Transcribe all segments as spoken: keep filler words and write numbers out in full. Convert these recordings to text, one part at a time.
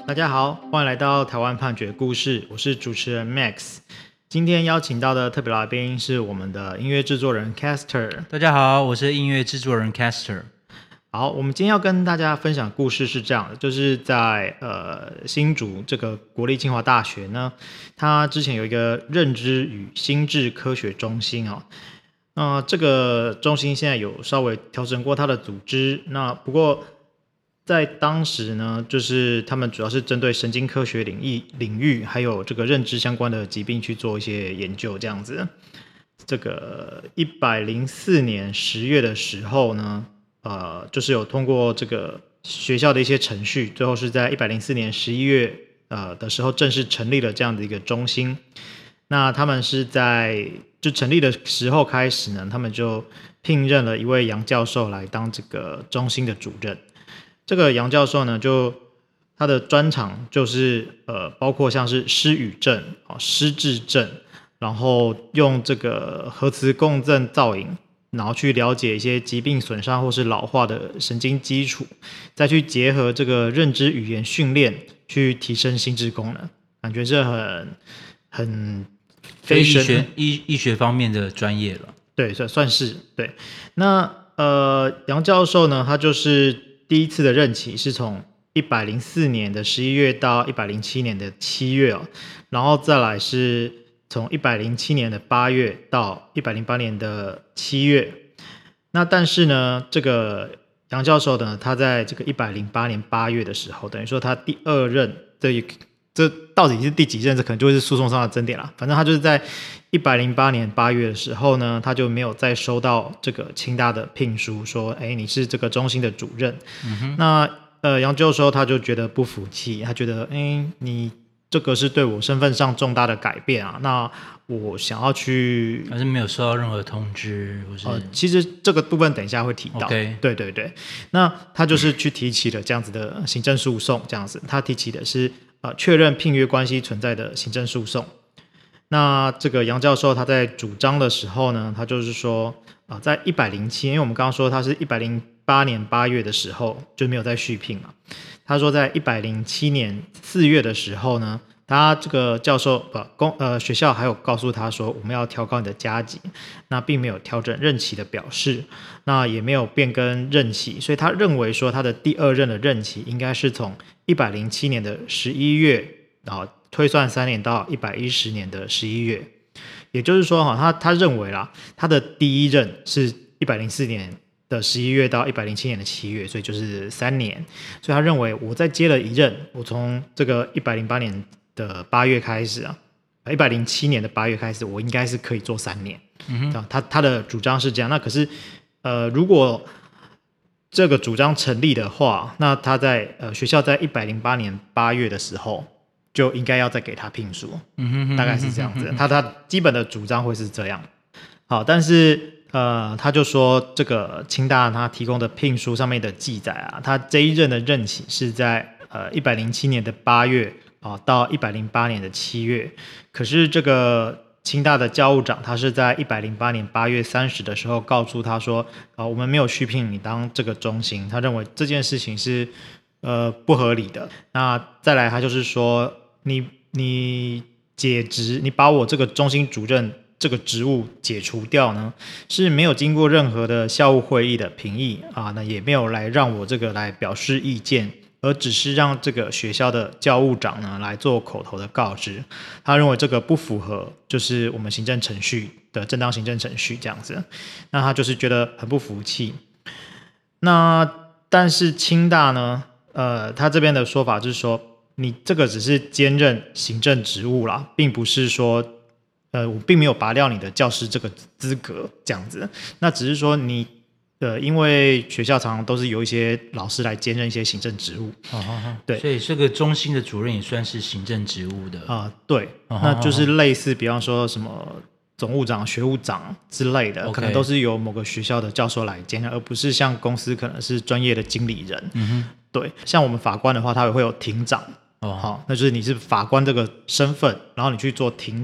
大家好，欢迎来到台湾判决故事，我是主持人 Max。今天邀请到的特别来宾是我们的音乐制作人 Caster。 大家好，我是音乐制作人 Caster。 好，我们今天要跟大家分享故事是这样的，就是在呃新竹这个国立清华大学呢，它之前有一个认知与心智科学中心哦。那这个中心现在有稍微调整过它的组织，那不过在当时呢，就是他们主要是针对神经科学领域领域还有这个认知相关的疾病去做一些研究这样子。这个一百零四年十月的时候呢，呃，就是有通过这个学校的一些程序，最后是在一百零四年十一月呃的时候正式成立了这样的一个中心。那他们是在就成立的时候开始呢，他们就聘任了一位杨教授来当这个中心的主任。这个杨教授呢，就他的专长就是呃，包括像是失语症、哦、失智症，然后用这个核磁共振造影，然后去了解一些疾病损伤或是老化的神经基础，再去结合这个认知语言训练，去提升心智功能，感觉是很很非医学医医学方面的专业了。 对，算算是对。那呃，杨教授呢，他就是第一次的任期是从一百零四年的十一月到一百零七年的七月哦，然后再来是从一百零七年的八月到一百零八年的七月。那但是呢，这个杨教授呢，他在这个一百零八年八月的时候，等于说他第二任这这到底是第几任，这可能就会是诉讼上的争点啦。反正他就是在一百零八年八月的时候呢，他就没有再收到这个清大的聘书，说，哎，你是这个中心的主任。嗯、那呃，杨教授他就觉得不服气，他觉得，哎，你这个是对我身份上重大的改变啊，那我想要去， 还是没有收到任何通知，或是、 呃、其实这个部分等一下会提到。 Okay. 对对对，那他就是去提起了这样子的行政诉讼，这样子，他提起的是。呃，确认聘约关系存在的行政诉讼。那这个杨教授他在主张的时候呢，他就是说，呃、在一百零七，因为我们刚刚说他是一百零八年八月的时候就没有再续聘嘛。他说在一百零七年四月的时候呢，他这个教授不公呃学校还有告诉他说，我们要调高你的加级，那并没有调整任期的表示，那也没有变更任期，所以他认为说他的第二任的任期应该是从一百零七年的十一月，然后推算三年到一百一十年的十一月，也就是说哈，他他认为啦，他的第一任是一百零四年的十一月到一百零七年的七月，所以就是三年，所以他认为我再接了一任，我从这个一百零八年的八月开始啊，一百零七年的八月开始，我应该是可以做三年。嗯哼，他他的主张是这样。那可是，呃，如果这个主张成立的话，那他在呃学校在一百零八年八月的时候就应该要再给他聘书。嗯哼哼，大概是这样子。他他基本的主张会是这样。好，但是呃，他就说这个清大他提供的聘书上面的记载啊，他这一任的任期是在呃一百零七年的八月。啊，到一百零八年的七月，可是这个清大的教务长，他是在一百零八年八月三十的时候告诉他说，啊，我们没有续聘你当这个中心，他认为这件事情是呃不合理的。那再来，他就是说，你你解职，你把我这个中心主任这个职务解除掉呢，是没有经过任何的校务会议的评议啊，那也没有来让我这个来表示意见。而只是让这个学校的教务长呢来做口头的告知，他认为这个不符合就是我们行政程序的正当行政程序这样子，那他就是觉得很不服气。那但是清大呢，呃，他这边的说法就是说，你这个只是兼任行政职务啦，并不是说，呃，我并没有拔掉你的教师这个资格这样子，那只是说你。呃，因为学校常常都是有一些老师来兼任一些行政职务，哦哦哦对， 所以这个中心的主任也算是行政职务的啊、呃，对，哦哦哦那就是类似，比方说什么总务长、学务长之类的， okay. 可能都是由某个学校的教授来兼任，而不是像公司可能是专业的经理人。嗯哼，对，像我们法官的话，他也会有庭长，哦，好，那就是你是法官这个身份，然后你去做庭长。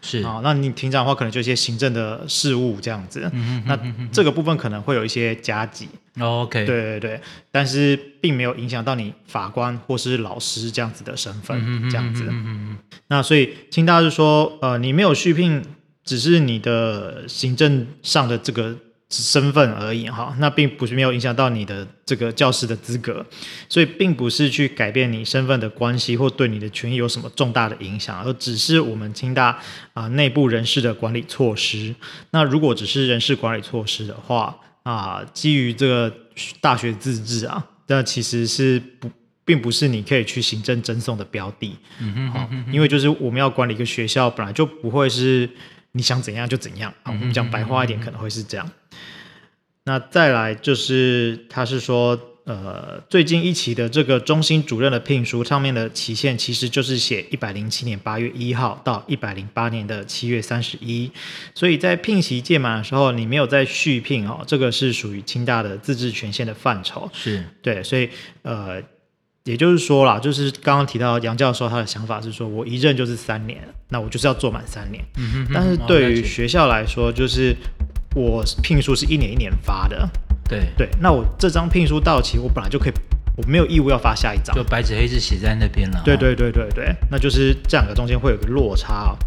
是啊，那你庭长的话可能就一些行政的事务这样子， 嗯哼那这个部分可能会有一些加急。 哦，OK， 对对对，但是并没有影响到你法官或是老师这样子的身份， 嗯哼这样子。 嗯哼嗯哼那所以清大是说，呃，你没有续聘，只是你的行政上的这个身份而已哈，那并不是没有影响到你的这个教师的资格，所以并不是去改变你身份的关系或对你的权益有什么重大的影响，而只是我们清大啊、呃、内部人事的管理措施。那如果只是人事管理措施的话啊、基于这个大学自治啊，那其实是不。并不是你可以去行政侦送的标的， 嗯哼嗯哼因为就是我们要管理一个学校，本来就不会是你想怎样就怎样。我们讲白话一点，可能会是这样。那再来就是他是说，呃，最近一期的这个中心主任的聘书上面的期限，其实就是写一百零七年八月一号到一百零八年的七月三十一，所以在聘期届满的时候，你没有再续聘哦，这个是属于清大的自治权限的范畴。 是对，所以呃。也就是说啦，就是刚刚提到杨教授他的想法是说，我一任就是三年，那我就是要做满三年。 嗯哼哼但是对于学校来说，就是我聘书是一年一年发的， 对对，那我这张聘书到期，我本来就可以，我没有义务要发下一张， 就白纸黑字写在那边了。 对对对对对，那就是这两个中间会有个落差哦。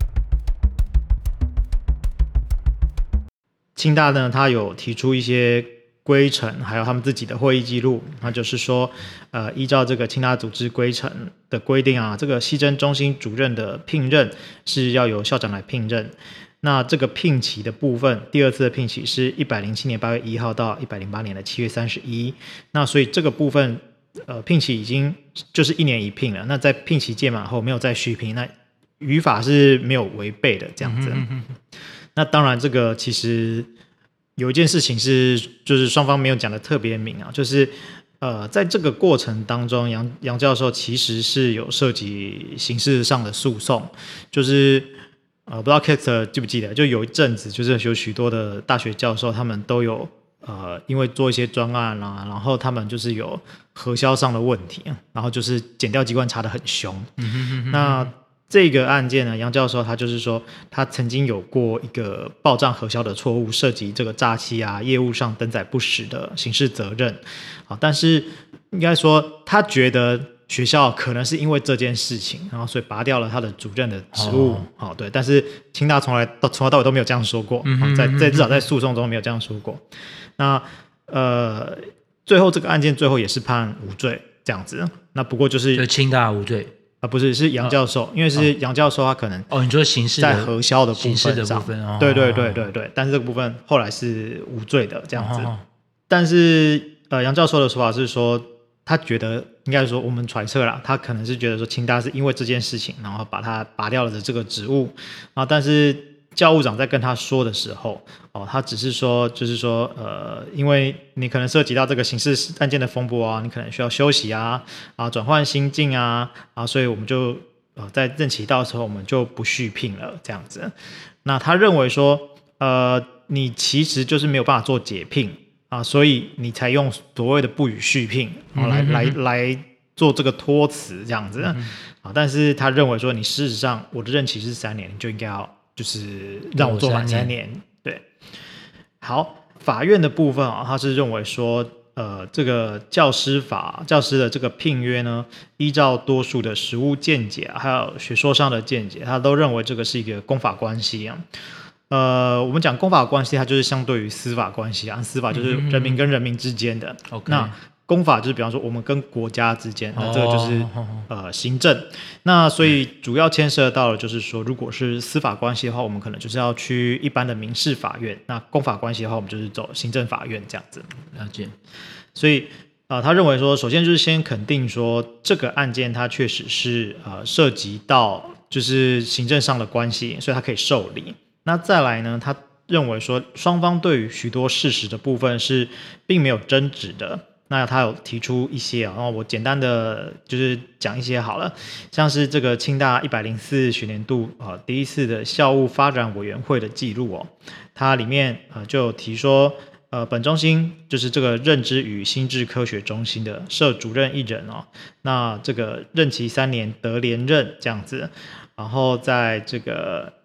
清大呢，他有提出一些规程，还有他们自己的会议记录，那就是说，呃，依照这个清大组织规程的规定啊，这个系政中心主任的聘任是要由校长来聘任。那这个聘期的部分，第二次的聘期是一百零七年八月一号到一百零八年的七月三十一。那所以这个部分，呃，聘期已经就是一年一聘了。那在聘期届满后没有再续聘，那语法是没有违背的这样子。 嗯哼哼哼那当然，这个其实。有一件事情是，就是双方没有讲的特别明啊，就是呃，在这个过程当中，杨杨教授其实是有涉及刑事上的诉讼，就是呃，不知道 Kate 记不记得，就有一阵子，就是有许多的大学教授，他们都有呃，因为做一些专案啊，然后他们就是有核销上的问题，然后就是检调机关查得很凶， 嗯哼哼哼那。这个案件呢，杨教授他就是说，他曾经有过一个报账核销的错误，涉及这个诈欺啊、业务上登载不实的刑事责任。好，但是应该说，他觉得学校可能是因为这件事情，然后所以拔掉了他的主任的职务。 哦， 好，对，但是清大从来到从头到尾都没有这样说过， 嗯哼在在至少在诉讼中没有这样说过。那呃，最后这个案件最后也是判无罪这样子。那不过就是就清大无罪。 啊，不是，是杨教授，因为是杨教授，他可能哦，你说刑事在核销的部分上， 刑事的部分，哦、 对对对对对，但是这个部分后来是无罪的这样子。 哦、 但是呃，杨教授的说法是说，他觉得应该说我们揣测啦，他可能是觉得说清大是因为这件事情，然后把他拔掉了的这个职务啊，但是教务长在跟他说的时候，哦，他只是说，就是说，呃，因为你可能涉及到这个刑事案件的风波啊，你可能需要休息啊，啊，转换心境啊，啊，所以我们就呃在任期到的时候，我们就不续聘了，这样子。那他认为说，呃，你其实就是没有办法做解聘啊，所以你才用所谓的不予续聘，然后来、嗯、来来做这个托词这样子、嗯、啊。但是他认为说，你事实上我的任期是三年，你就应该要。就是让我做满三年，对。好，法院的部分啊，他是认为说，呃，这个教师法教师的这个聘约呢，依照多数的实务见解，还有学说上的见解，他都认为这个是一个公法关系啊。呃，我们讲公法关系，它就是相对于司法关系啊，司法就是人民跟人民之间的。 嗯、 那公法就是比方说我们跟国家之间，那这个就是、 哦、 呃行政。那所以主要牵涉到的就是说，如果是司法关系的话，我们可能就是要去一般的民事法院；那公法关系的话，我们就是走行政法院这样子。 了解。 所以呃，他认为说，首先就是先肯定说这个案件它确实是呃涉及到就是行政上的关系，所以它可以受理。那再来呢，他认为说双方对于许多事实的部分是并没有争执的。那他有提出一些啊，然后我简单的就是讲一些好了，像是这个清大一百零四学年度啊第一次的校务发展委员会的记录哦，它里面呃就有提说，呃本中心就是这个认知与心智科学中心的社主任一人哦，那这个任期三年得连任这样子，然后在这个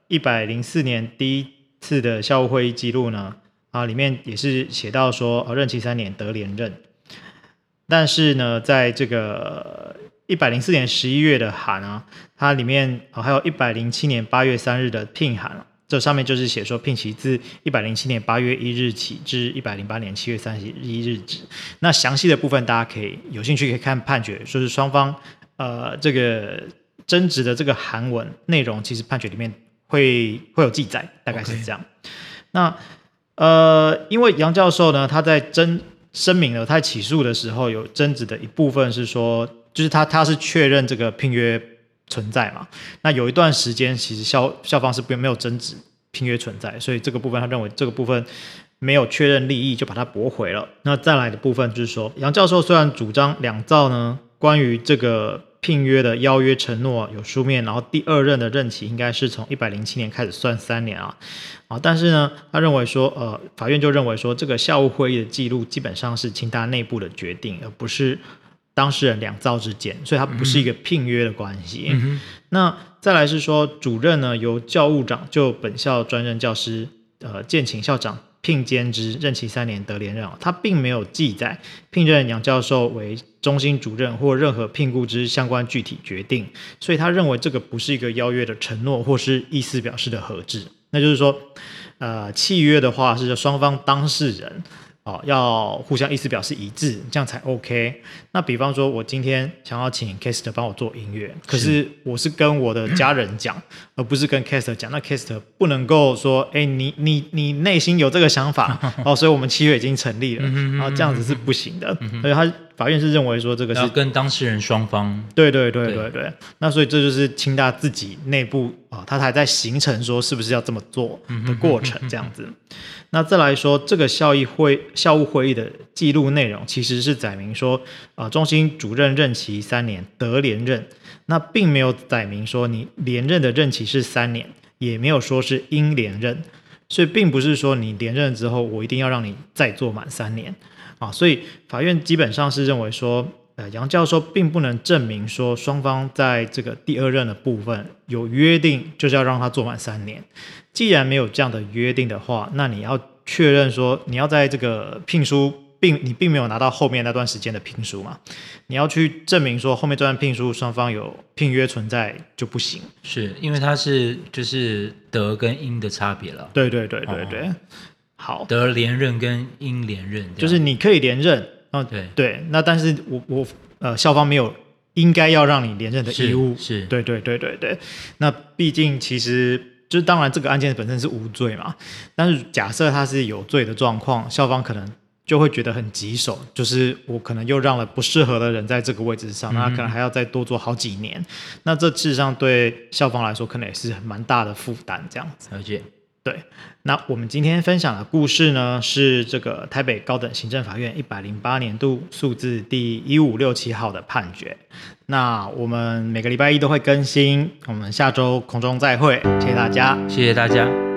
一百零四年第一次的校务会议记录呢，啊，里面也是写到说，呃，任期三年得连任。但是呢，在这个一百零四年十一月的函啊，它里面、哦、还有一百零七年八月三日的聘函，这上面就是写说聘期自一百零七年八月一日起至一百零八年七月三十一日止。那详细的部分大家可以有兴趣可以看判决，说是双方呃这个争执的这个函文内容，其实判决里面会会有记载，大概是这样。Okay. 那呃，因为杨教授呢，他在争声明了，他在起诉的时候有争执的一部分是说，就是他他是确认这个聘约存在嘛。那有一段时间，其实校校方是没有争执聘约存在，所以这个部分他认为这个部分没有确认利益，就把它驳回了。那再来的部分就是说，杨教授虽然主张两造呢关于这个聘约的邀约承诺有书面，然后第二任的任期应该是从一百零七年开始算三年啊。啊，但是呢，他认为说，呃，法院就认为说，这个校务会议的记录基本上是清大内部的决定，而不是当事人两造之间，所以它不是一个聘约的关系。嗯、那再来是说，主任呢由教务长就本校专任教师，呃，建请校长聘监之，任期三年得连任，他并没有记载聘任杨教授为中心主任或任何聘雇之相关具体决定，所以他认为这个不是一个邀约的承诺或是意思表示的核制。那就是说，呃，契约的话是双方当事人哦要互相意思表示一致，这样才 OK。那比方说，我今天想要请 Caster 帮我做音乐，可是我是跟我的家人讲，而不是跟 Caster 讲。那 Caster 不能够说，哎，你你你内心有这个想法哦，所以我们契约已经成立了，然后这样子是不行的。所以他法院是认为说这个是要跟当事人双方， 对对对对 对, 对。那所以这就是清大自己内部啊、哦，他还在形成说是不是要这么做的过程这样子。那再来说这个校议会校务会议的记录内容，其实是载明说，呃，中心主任任期三年得连任，那并没有载明说你连任的任期是三年，也没有说是应连任，所以并不是说你连任之后我一定要让你再做满三年。啊，所以法院基本上是认为说，呃，杨教授并不能证明说双方在这个第二任的部分有约定，就是要让他做满三年。既然没有这样的约定的话，那你要确认说，你要在这个聘书并你并没有拿到后面那段时间的聘书嘛，你要去证明说后面这段聘书双方有聘约存在就不行。 是因为它是就是得跟应的差别了。 对对对对对。哦，好， 得连任跟应连任， 就是你可以连任，哦、对对，那但是我我呃校方没有应该要让你连任的义务， 是，是对对对对对。那毕竟其实就是当然这个案件本身是无罪嘛，但是假设他是有罪的状况，校方可能就会觉得很棘手，就是我可能又让了不适合的人在这个位置上，那、嗯、可能还要再多做好几年，那这事实上对校方来说可能也是蛮大的负担，这样子。 了解。 对，那我们今天分享的故事呢，是这个台北高等行政法院一百零八年度数字第一五六七号的判决。那我们每个礼拜一都会更新，我们下周空中再会，谢谢大家， 谢谢大家。